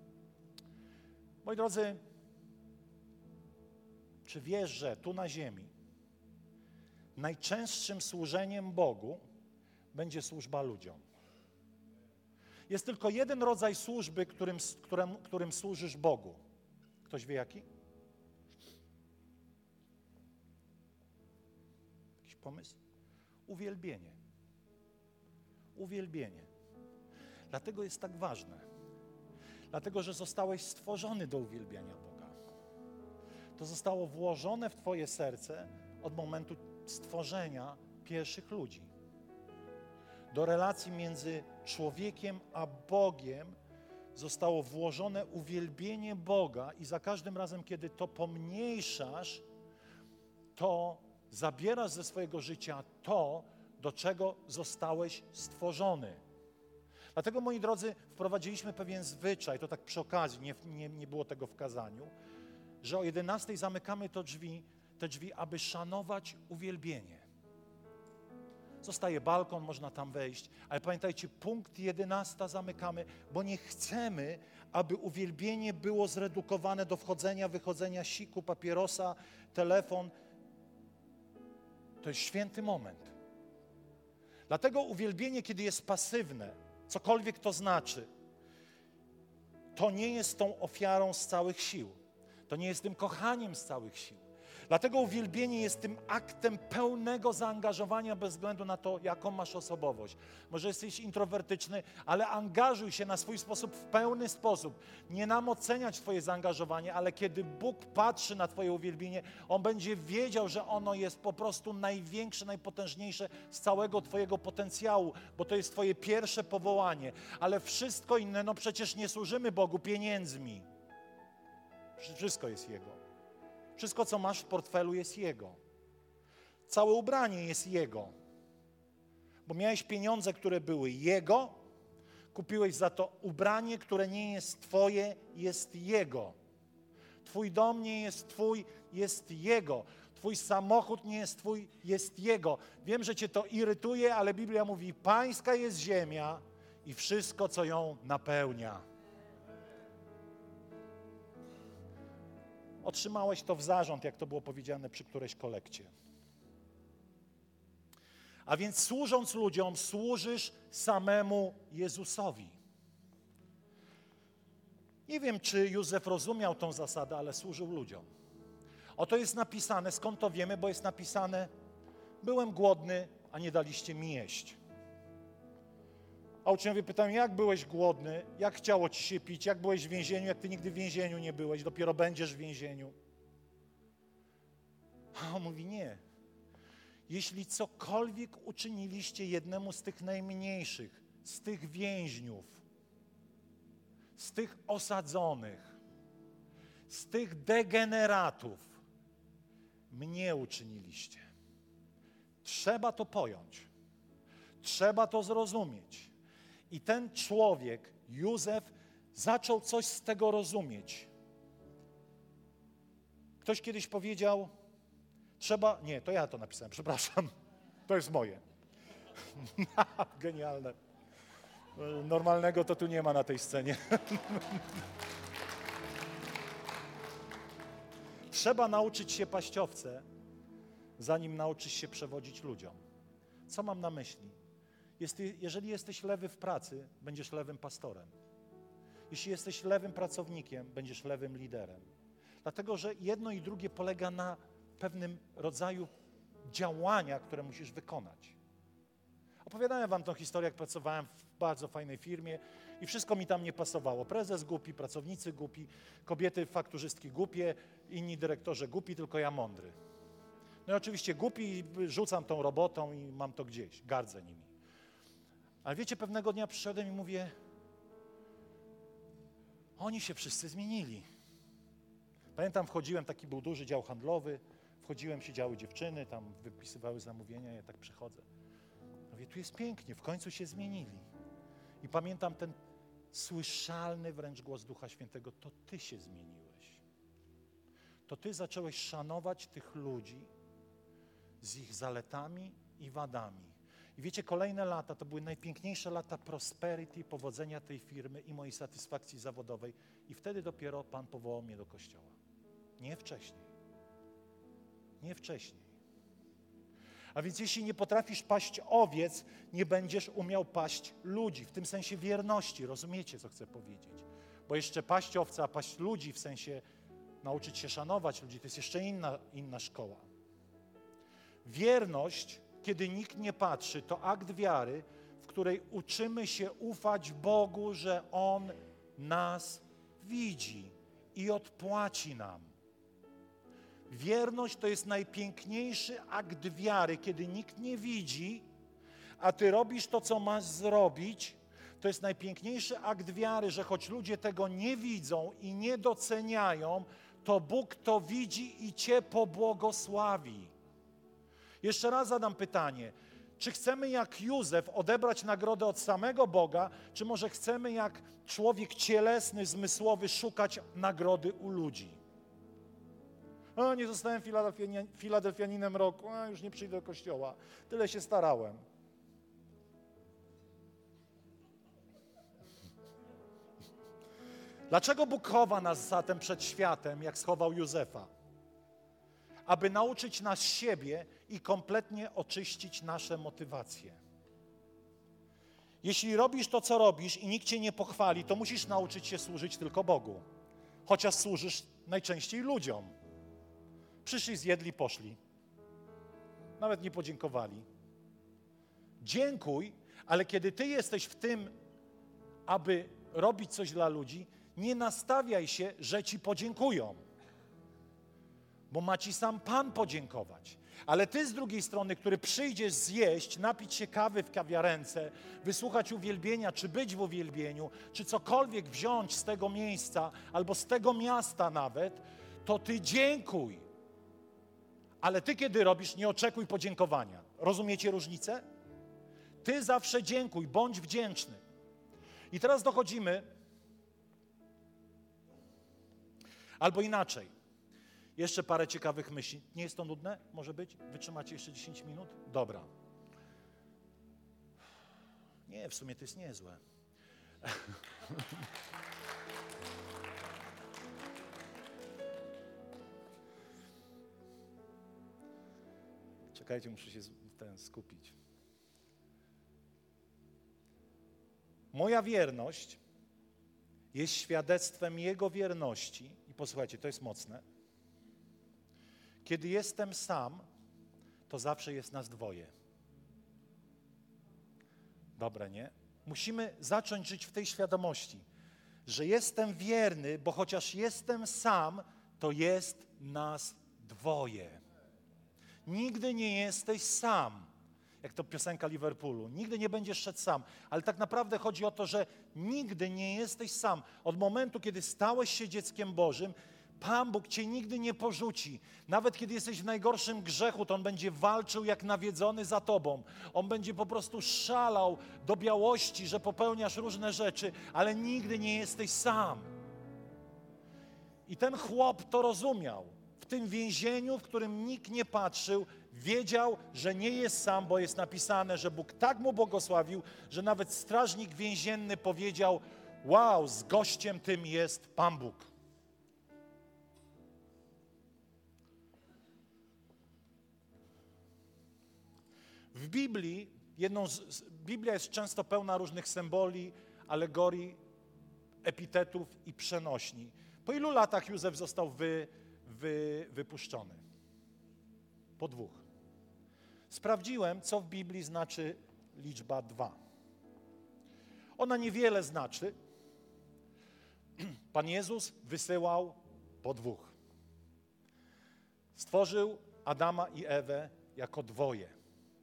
Moi drodzy, czy wiesz, że tu na ziemi najczęstszym służeniem Bogu będzie służba ludziom? Jest tylko jeden rodzaj służby, którym służysz Bogu. Ktoś wie jaki? Jakiś pomysł? Uwielbienie. Uwielbienie. Dlatego jest tak ważne. Dlatego, że zostałeś stworzony do uwielbiania Boga. To zostało włożone w twoje serce od momentu stworzenia pierwszych ludzi. Do relacji między człowiekiem a Bogiem zostało włożone uwielbienie Boga i za każdym razem, kiedy to pomniejszasz, to zabierasz ze swojego życia to, do czego zostałeś stworzony. Dlatego, moi drodzy, wprowadziliśmy pewien zwyczaj, to tak przy okazji, nie było tego w kazaniu, że o 11 zamykamy te drzwi, aby szanować uwielbienie. Zostaje balkon, można tam wejść, ale pamiętajcie, punkt 11 zamykamy, bo nie chcemy, aby uwielbienie było zredukowane do wchodzenia, wychodzenia, siku, papierosa, telefon. To jest święty moment. Dlatego uwielbienie, kiedy jest pasywne, cokolwiek to znaczy, to nie jest tą ofiarą z całych sił. To nie jest tym kochaniem z całych sił. Dlatego uwielbienie jest tym aktem pełnego zaangażowania bez względu na to, jaką masz osobowość. Może jesteś introwertyczny, ale angażuj się na swój sposób, w pełny sposób. Nie nam oceniać twoje zaangażowanie, ale kiedy Bóg patrzy na twoje uwielbienie, On będzie wiedział, że ono jest po prostu największe, najpotężniejsze z całego twojego potencjału, bo to jest twoje pierwsze powołanie. Ale wszystko inne, no przecież nie służymy Bogu pieniędzmi. Wszystko jest Jego. Wszystko, co masz w portfelu, jest Jego. Całe ubranie jest Jego. Bo miałeś pieniądze, które były Jego, kupiłeś za to ubranie, które nie jest Twoje, jest Jego. Twój dom nie jest Twój, jest Jego. Twój samochód nie jest twój, jest Jego. Wiem, że cię to irytuje, ale Biblia mówi, Pańska jest ziemia i wszystko, co ją napełnia. Otrzymałeś to w zarząd, jak to było powiedziane przy którejś kolekcie. A więc służąc ludziom, służysz samemu Jezusowi. Nie wiem, czy Józef rozumiał tą zasadę, ale służył ludziom. Oto jest napisane, skąd to wiemy, bo jest napisane, byłem głodny, a nie daliście mi jeść. A uczniowie pytają, jak byłeś głodny, jak chciało ci się pić, jak byłeś w więzieniu, jak ty nigdy w więzieniu nie byłeś, dopiero będziesz w więzieniu. A on mówi, nie. Jeśli cokolwiek uczyniliście jednemu z tych najmniejszych, z tych więźniów, z tych osadzonych, z tych degeneratów, mnie uczyniliście. Trzeba to pojąć. Trzeba to zrozumieć. I ten człowiek, Józef, zaczął coś z tego rozumieć. Ktoś kiedyś powiedział, nie, to ja to napisałem, przepraszam. To jest moje. Genialne. Normalnego to tu nie ma na tej scenie. Trzeba nauczyć się paściowce, zanim nauczysz się przewodzić ludziom. Co mam na myśli? Jeżeli jesteś lewy w pracy, będziesz lewym pastorem. Jeśli jesteś lewym pracownikiem, będziesz lewym liderem. Dlatego, że jedno i drugie polega na pewnym rodzaju działania, które musisz wykonać. Opowiadałem wam tą historię, jak pracowałem w bardzo fajnej firmie i wszystko mi tam nie pasowało. Prezes głupi, pracownicy głupi, kobiety fakturzystki głupie, inni dyrektorzy głupi, tylko ja mądry. No i oczywiście głupi, rzucam tą robotą i mam to gdzieś, gardzę nimi. Ale wiecie, pewnego dnia przyszedłem i mówię, oni się wszyscy zmienili. Pamiętam, wchodziłem, taki był duży dział handlowy, wchodziłem, siedziały dziewczyny, tam wypisywały zamówienia, ja tak przychodzę. Mówię, tu jest pięknie, w końcu się zmienili. I pamiętam ten słyszalny wręcz głos Ducha Świętego, to ty się zmieniłeś. To ty zacząłeś szanować tych ludzi z ich zaletami i wadami. I wiecie, kolejne lata to były najpiękniejsze lata prosperity, powodzenia tej firmy i mojej satysfakcji zawodowej. I wtedy dopiero Pan powołał mnie do Kościoła. Nie wcześniej. Nie wcześniej. A więc jeśli nie potrafisz paść owiec, nie będziesz umiał paść ludzi, w tym sensie wierności. Rozumiecie, co chcę powiedzieć? Bo jeszcze paść owca, a paść ludzi, w sensie nauczyć się szanować ludzi, to jest jeszcze inna szkoła. Wierność, kiedy nikt nie patrzy, to akt wiary, w której uczymy się ufać Bogu, że On nas widzi i odpłaci nam. Wierność to jest najpiękniejszy akt wiary, kiedy nikt nie widzi, a ty robisz to, co masz zrobić. To jest najpiękniejszy akt wiary, że choć ludzie tego nie widzą i nie doceniają, to Bóg to widzi i cię pobłogosławi. Jeszcze raz zadam pytanie. Czy chcemy jak Józef odebrać nagrodę od samego Boga, czy może chcemy jak człowiek cielesny, zmysłowy szukać nagrody u ludzi? O, nie zostałem Filadelfianinem roku, już nie przyjdę do kościoła. Tyle się starałem. Dlaczego Bóg chowa nas zatem przed światem, jak schował Józefa? Aby nauczyć nas siebie i kompletnie oczyścić nasze motywacje. Jeśli robisz to, co robisz i nikt cię nie pochwali, to musisz nauczyć się służyć tylko Bogu. Chociaż służysz najczęściej ludziom. Przyszli, zjedli, poszli. Nawet nie podziękowali. Dziękuj, ale kiedy ty jesteś w tym, aby robić coś dla ludzi, nie nastawiaj się, że ci podziękują. Bo ma ci sam Pan podziękować. Ale ty z drugiej strony, który przyjdziesz zjeść, napić się kawy w kawiarence, wysłuchać uwielbienia, czy być w uwielbieniu, czy cokolwiek wziąć z tego miejsca, albo z tego miasta nawet, to ty dziękuj. Ale ty, kiedy robisz, nie oczekuj podziękowania. Rozumiecie różnicę? Ty zawsze dziękuj, bądź wdzięczny. I teraz dochodzimy, albo inaczej. Jeszcze parę ciekawych myśli. Nie jest to nudne? Może być? Wytrzymacie jeszcze 10 minut? Dobra. Nie, w sumie to jest niezłe. Czekajcie, muszę się skupić. Moja wierność jest świadectwem Jego wierności. I posłuchajcie, to jest mocne. Kiedy jestem sam, to zawsze jest nas dwoje. Dobre, nie? Musimy zacząć żyć w tej świadomości, że jestem wierny, bo chociaż jestem sam, to jest nas dwoje. Nigdy nie jesteś sam, jak to piosenka Liverpoolu. Nigdy nie będziesz szedł sam, ale tak naprawdę chodzi o to, że nigdy nie jesteś sam. Od momentu, kiedy stałeś się dzieckiem Bożym, Pan Bóg cię nigdy nie porzuci. Nawet kiedy jesteś w najgorszym grzechu, to On będzie walczył jak nawiedzony za tobą. On będzie po prostu szalał do białości, że popełniasz różne rzeczy, ale nigdy nie jesteś sam. I ten chłop to rozumiał. W tym więzieniu, w którym nikt nie patrzył, wiedział, że nie jest sam, bo jest napisane, że Bóg tak mu błogosławił, że nawet strażnik więzienny powiedział: wow, z gościem tym jest Pan Bóg. W Biblii, Biblia jest często pełna różnych symboli, alegorii, epitetów i przenośni. Po ilu latach Józef został wypuszczony? Po 2. Sprawdziłem, co w Biblii znaczy liczba 2. Ona niewiele znaczy. Pan Jezus wysyłał po 2. Stworzył Adama i Ewę jako dwoje.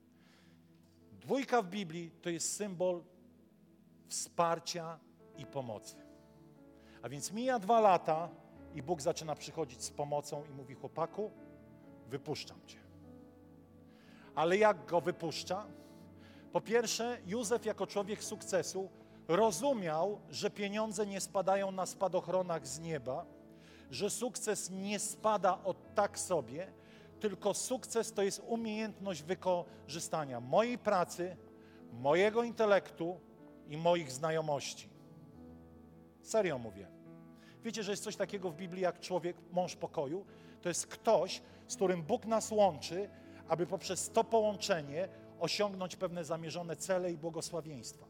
2 w Biblii to jest symbol wsparcia i pomocy. A więc mija 2 lata i Bóg zaczyna przychodzić z pomocą i mówi: chłopaku, wypuszczam cię. Ale jak go wypuszcza? Po pierwsze, Józef jako człowiek sukcesu rozumiał, że pieniądze nie spadają na spadochronach z nieba, że sukces nie spada od tak sobie, tylko sukces to jest umiejętność wykorzystania mojej pracy, mojego intelektu i moich znajomości. Serio mówię. Wiecie, że jest coś takiego w Biblii jak człowiek, mąż pokoju? To jest ktoś, z którym Bóg nas łączy, aby poprzez to połączenie osiągnąć pewne zamierzone cele i błogosławieństwa.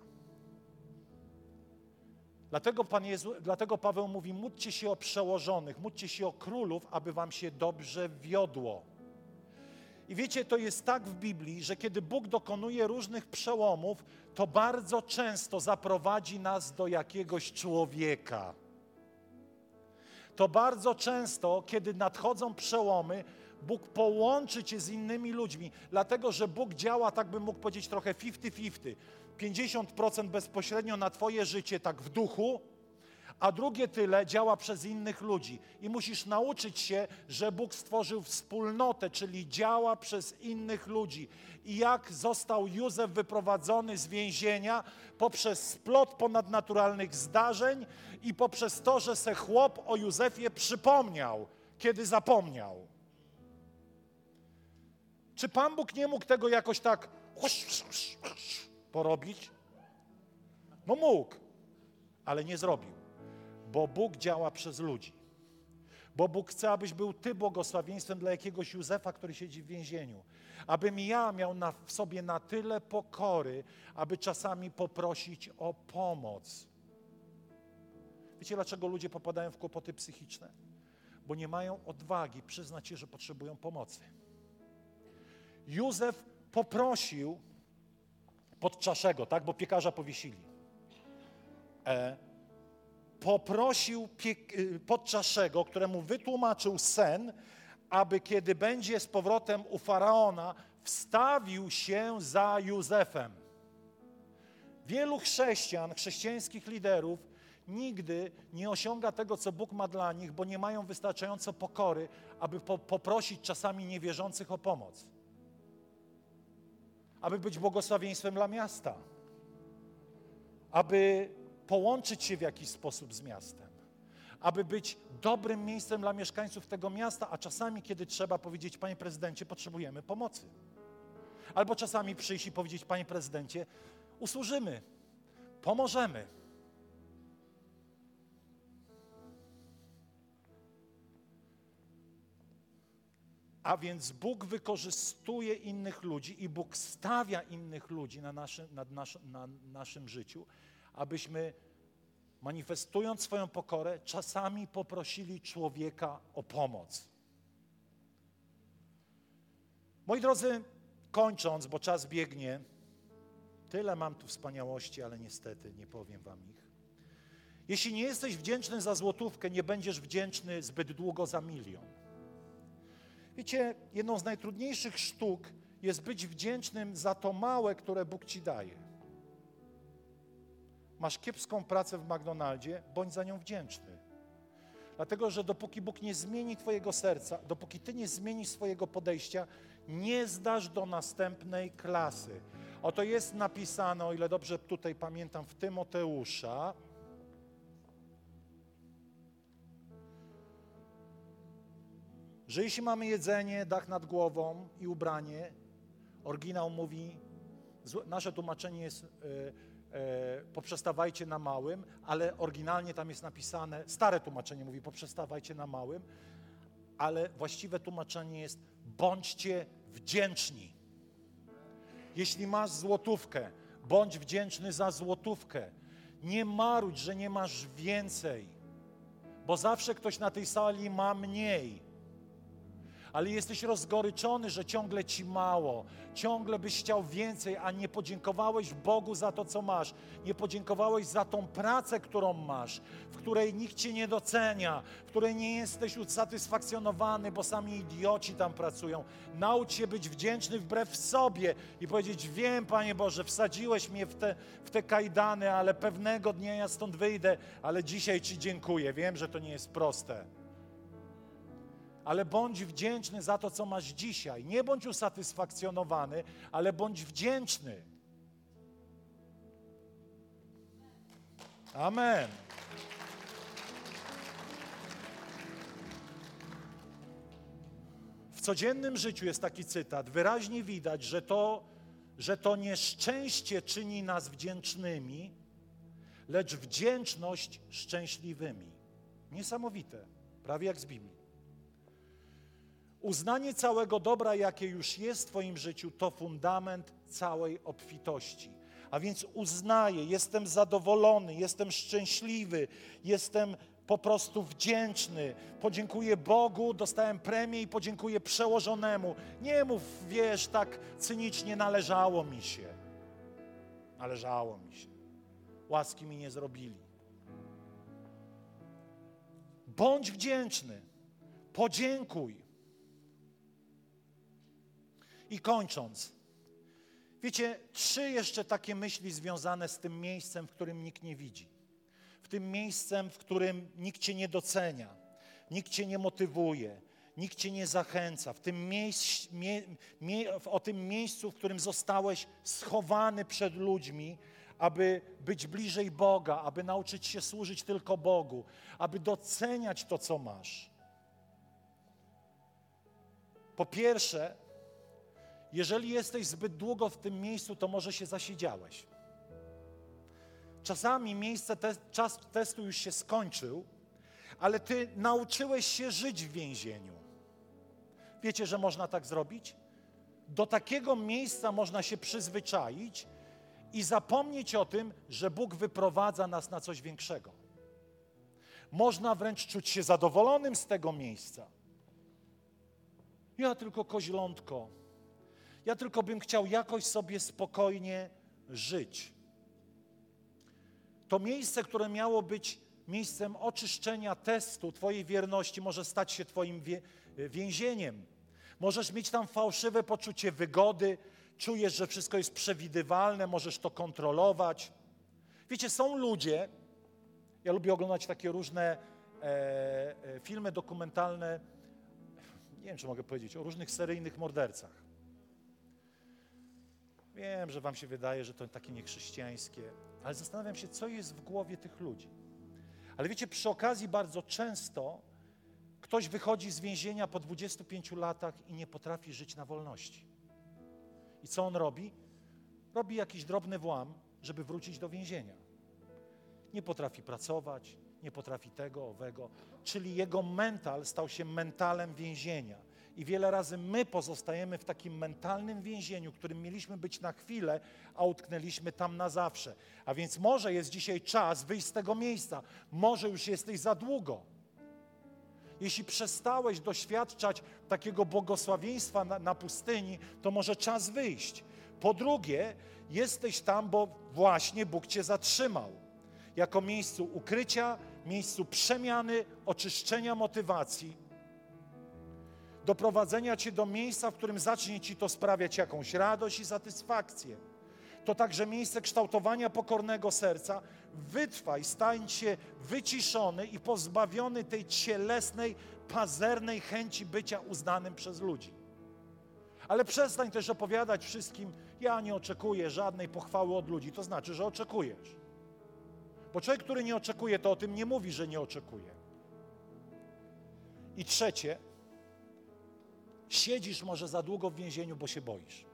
Dlatego Paweł mówi: módlcie się o przełożonych, módlcie się o królów, aby wam się dobrze wiodło. I wiecie, to jest tak w Biblii, że kiedy Bóg dokonuje różnych przełomów, to bardzo często zaprowadzi nas do jakiegoś człowieka. To bardzo często, kiedy nadchodzą przełomy, Bóg połączy cię z innymi ludźmi, dlatego że Bóg działa, tak bym mógł powiedzieć, trochę 50-50. 50% bezpośrednio na twoje życie, tak w duchu, a drugie tyle działa przez innych ludzi. I musisz nauczyć się, że Bóg stworzył wspólnotę, czyli działa przez innych ludzi. I jak został Józef wyprowadzony z więzienia? Poprzez splot ponadnaturalnych zdarzeń i poprzez to, że se chłop o Józefie przypomniał, kiedy zapomniał. Czy Pan Bóg nie mógł tego jakoś tak porobić? No mógł, ale nie zrobił. Bo Bóg działa przez ludzi. Bo Bóg chce, abyś był ty błogosławieństwem dla jakiegoś Józefa, który siedzi w więzieniu. Abym ja miał w sobie na tyle pokory, aby czasami poprosić o pomoc. Wiecie, dlaczego ludzie popadają w kłopoty psychiczne? Bo nie mają odwagi przyznać się, że potrzebują pomocy. Józef poprosił podczaszego, tak, bo piekarza powiesili. Poprosił podczaszego, któremu wytłumaczył sen, aby kiedy będzie z powrotem u Faraona, wstawił się za Józefem. Wielu chrześcijan, chrześcijańskich liderów nigdy nie osiąga tego, co Bóg ma dla nich, bo nie mają wystarczająco pokory, aby poprosić czasami niewierzących o pomoc. Aby być błogosławieństwem dla miasta. Aby połączyć się w jakiś sposób z miastem. aby być dobrym miejscem dla mieszkańców tego miasta, a czasami, kiedy trzeba powiedzieć, panie prezydencie, potrzebujemy pomocy. Albo czasami przyjść i powiedzieć, panie prezydencie, usłużymy, pomożemy. A więc Bóg wykorzystuje innych ludzi i Bóg stawia innych ludzi na naszym życiu, abyśmy, manifestując swoją pokorę, czasami poprosili człowieka o pomoc. Moi drodzy, kończąc, bo czas biegnie, tyle mam tu wspaniałości, ale niestety nie powiem wam ich. Jeśli nie jesteś wdzięczny za złotówkę, nie będziesz wdzięczny zbyt długo za milion. Wiecie, jedną z najtrudniejszych sztuk jest być wdzięcznym za to małe, które Bóg ci daje. Masz kiepską pracę w McDonaldzie, bądź za nią wdzięczny. Dlatego, że dopóki Bóg nie zmieni twojego serca, dopóki ty nie zmienisz swojego podejścia, nie zdasz do następnej klasy. Oto jest napisane, o ile dobrze tutaj pamiętam, w Tymoteusza, że jeśli mamy jedzenie, dach nad głową i ubranie, oryginał mówi, nasze tłumaczenie jest poprzestawajcie na małym, ale oryginalnie tam jest napisane, stare tłumaczenie mówi poprzestawajcie na małym, ale właściwe tłumaczenie jest bądźcie wdzięczni. Jeśli masz złotówkę, bądź wdzięczny za złotówkę. Nie marudź, że nie masz więcej, bo zawsze ktoś na tej sali ma mniej. Ale jesteś rozgoryczony, że ciągle ci mało, ciągle byś chciał więcej, a nie podziękowałeś Bogu za to, co masz. Nie podziękowałeś za tą pracę, którą masz, w której nikt cię nie docenia, w której nie jesteś usatysfakcjonowany, bo sami idioci tam pracują. Naucz się być wdzięczny wbrew sobie i powiedzieć, wiem, Panie Boże, wsadziłeś mnie w te kajdany, ale pewnego dnia ja stąd wyjdę, ale dzisiaj Ci dziękuję. Wiem, że to nie jest proste. Ale bądź wdzięczny za to, co masz dzisiaj. Nie bądź usatysfakcjonowany, ale bądź wdzięczny. Amen. W codziennym życiu jest taki cytat. Wyraźnie widać, że to nie szczęście czyni nas wdzięcznymi, lecz wdzięczność szczęśliwymi. Niesamowite, prawie jak z Biblii. Uznanie całego dobra, jakie już jest w twoim życiu, to fundament całej obfitości. A więc uznaję, jestem zadowolony, jestem szczęśliwy, jestem po prostu wdzięczny. Podziękuję Bogu, dostałem premię i podziękuję przełożonemu. Nie mów, wiesz, tak cynicznie, należało mi się. Należało mi się. Łaski mi nie zrobili. Bądź wdzięczny. Podziękuj. I kończąc, wiecie, 3 jeszcze takie myśli związane z tym miejscem, w którym nikt nie widzi. W tym miejscem, w którym nikt cię nie docenia, nikt cię nie motywuje, nikt cię nie zachęca. O tym miejscu, w którym zostałeś schowany przed ludźmi, aby być bliżej Boga, aby nauczyć się służyć tylko Bogu, aby doceniać to, co masz. Po pierwsze, jeżeli jesteś zbyt długo w tym miejscu, to może się zasiedziałeś. Czasami czas testu już się skończył, ale ty nauczyłeś się żyć w więzieniu. Wiecie, że można tak zrobić? Do takiego miejsca można się przyzwyczaić i zapomnieć o tym, że Bóg wyprowadza nas na coś większego. Można wręcz czuć się zadowolonym z tego miejsca. Ja tylko koźlątko. Ja tylko bym chciał jakoś sobie spokojnie żyć. To miejsce, które miało być miejscem oczyszczenia testu twojej wierności, może stać się twoim więzieniem. Możesz mieć tam fałszywe poczucie wygody, czujesz, że wszystko jest przewidywalne, możesz to kontrolować. Wiecie, są ludzie, ja lubię oglądać takie różne filmy dokumentalne, nie wiem, czy mogę powiedzieć, o różnych seryjnych mordercach. Wiem, że wam się wydaje, że to takie niechrześcijańskie, ale zastanawiam się, co jest w głowie tych ludzi. Ale wiecie, przy okazji bardzo często ktoś wychodzi z więzienia po 25 latach i nie potrafi żyć na wolności. I co on robi? Robi jakiś drobny włam, żeby wrócić do więzienia. Nie potrafi pracować, nie potrafi tego, owego. Czyli jego mental stał się mentalem więzienia. I wiele razy my pozostajemy w takim mentalnym więzieniu, którym mieliśmy być na chwilę, a utknęliśmy tam na zawsze. A więc może jest dzisiaj czas wyjść z tego miejsca. Może już jesteś za długo. Jeśli przestałeś doświadczać takiego błogosławieństwa na pustyni, to może czas wyjść. Po drugie, jesteś tam, bo właśnie Bóg cię zatrzymał. Jako miejscu ukrycia, miejscu przemiany, oczyszczenia motywacji, doprowadzenia cię do miejsca, w którym zacznie ci to sprawiać jakąś radość i satysfakcję. To także miejsce kształtowania pokornego serca. Wytrwaj, stań się wyciszony i pozbawiony tej cielesnej, pazernej chęci bycia uznanym przez ludzi. Ale przestań też opowiadać wszystkim, ja nie oczekuję żadnej pochwały od ludzi. To znaczy, że oczekujesz. Bo człowiek, który nie oczekuje, to o tym nie mówi, że nie oczekuje. I trzecie, siedzisz może za długo w więzieniu, bo się boisz.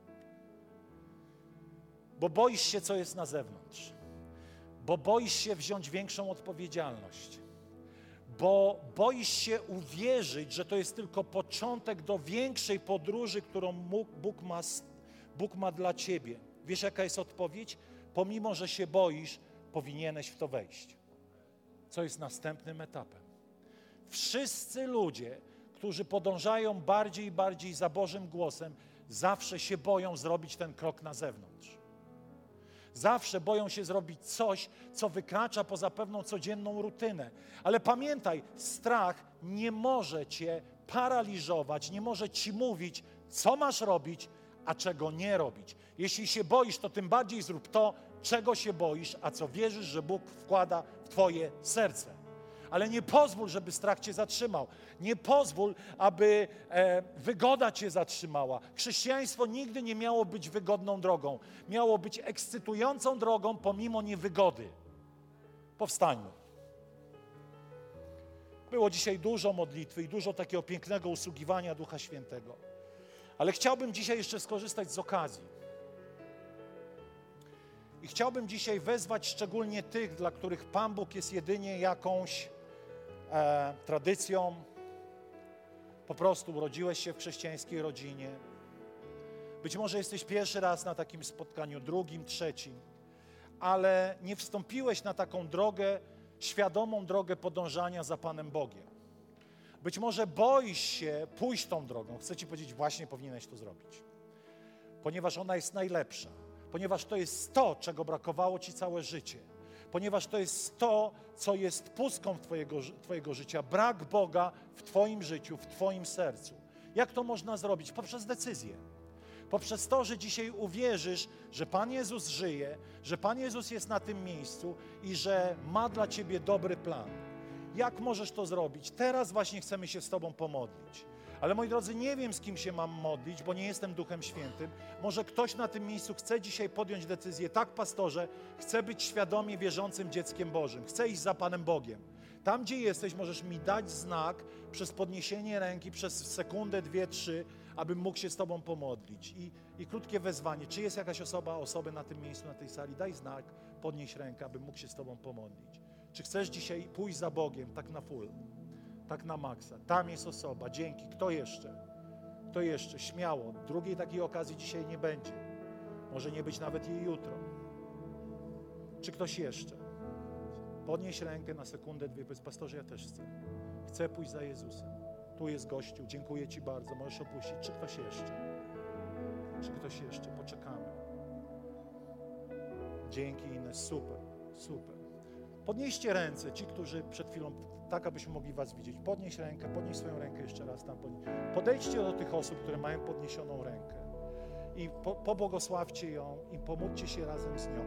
Bo boisz się, co jest na zewnątrz. Bo boisz się wziąć większą odpowiedzialność. Bo boisz się uwierzyć, że to jest tylko początek do większej podróży, którą Bóg ma dla ciebie. Wiesz, jaka jest odpowiedź? Pomimo, że się boisz, powinieneś w to wejść. Co jest następnym etapem? Wszyscy ludzie, którzy podążają bardziej i bardziej za Bożym głosem, zawsze się boją zrobić ten krok na zewnątrz. Zawsze boją się zrobić coś, co wykracza poza pewną codzienną rutynę. Ale pamiętaj, strach nie może cię paraliżować, nie może ci mówić, co masz robić, a czego nie robić. Jeśli się boisz, to tym bardziej zrób to, czego się boisz, a co wierzysz, że Bóg wkłada w twoje serce. Ale nie pozwól, żeby strach cię zatrzymał. Nie pozwól, aby wygoda cię zatrzymała. Chrześcijaństwo nigdy nie miało być wygodną drogą. Miało być ekscytującą drogą pomimo niewygody. Powstańmy. Było dzisiaj dużo modlitwy i dużo takiego pięknego usługiwania Ducha Świętego. Ale chciałbym dzisiaj jeszcze skorzystać z okazji. I chciałbym dzisiaj wezwać szczególnie tych, dla których Pan Bóg jest jedynie jakąś tradycją. Po prostu urodziłeś się w chrześcijańskiej rodzinie. Być może jesteś pierwszy raz na takim spotkaniu, drugim, trzecim, ale nie wstąpiłeś na taką drogę, świadomą drogę podążania za Panem Bogiem. Być może boisz się pójść tą drogą. Chcę ci powiedzieć, właśnie powinieneś to zrobić. Ponieważ ona jest najlepsza. Ponieważ to jest to, czego brakowało ci całe życie. Ponieważ to jest to, co jest pustką twojego życia. Brak Boga w twoim życiu, w twoim sercu. Jak to można zrobić? Poprzez decyzję. Poprzez to, że dzisiaj uwierzysz, że Pan Jezus żyje, że Pan Jezus jest na tym miejscu i że ma dla ciebie dobry plan. Jak możesz to zrobić? Teraz właśnie chcemy się z tobą pomodlić. Ale moi drodzy, nie wiem, z kim się mam modlić, bo nie jestem Duchem Świętym. Może ktoś na tym miejscu chce dzisiaj podjąć decyzję. Tak, pastorze, chcę być świadomie wierzącym dzieckiem Bożym. Chcę iść za Panem Bogiem. Tam, gdzie jesteś, możesz mi dać znak przez podniesienie ręki, przez sekundę, 2, 3, abym mógł się z tobą pomodlić. I krótkie wezwanie. Czy jest jakaś osoby na tym miejscu, na tej sali? Daj znak, podnieś rękę, abym mógł się z tobą pomodlić. Czy chcesz dzisiaj pójść za Bogiem, tak na full? Tak na maksa. Tam jest osoba. Dzięki. Kto jeszcze? Kto jeszcze? Śmiało. Drugiej takiej okazji dzisiaj nie będzie. Może nie być nawet jej jutro. Czy ktoś jeszcze? Podnieś rękę na sekundę, 2. Powiedz, pastorze, ja też chcę. Chcę pójść za Jezusem. Tu jest gościu. Dziękuję ci bardzo. Możesz opuścić. Czy ktoś jeszcze? Czy ktoś jeszcze? Poczekamy. Dzięki, Ines. Super. Super. Podnieście ręce, ci, którzy przed chwilą, tak abyśmy mogli was widzieć. Podnieś rękę, podnieś swoją rękę jeszcze raz tam. Podejdźcie do tych osób, które mają podniesioną rękę i pobłogosławcie ją i pomódlcie się razem z nią.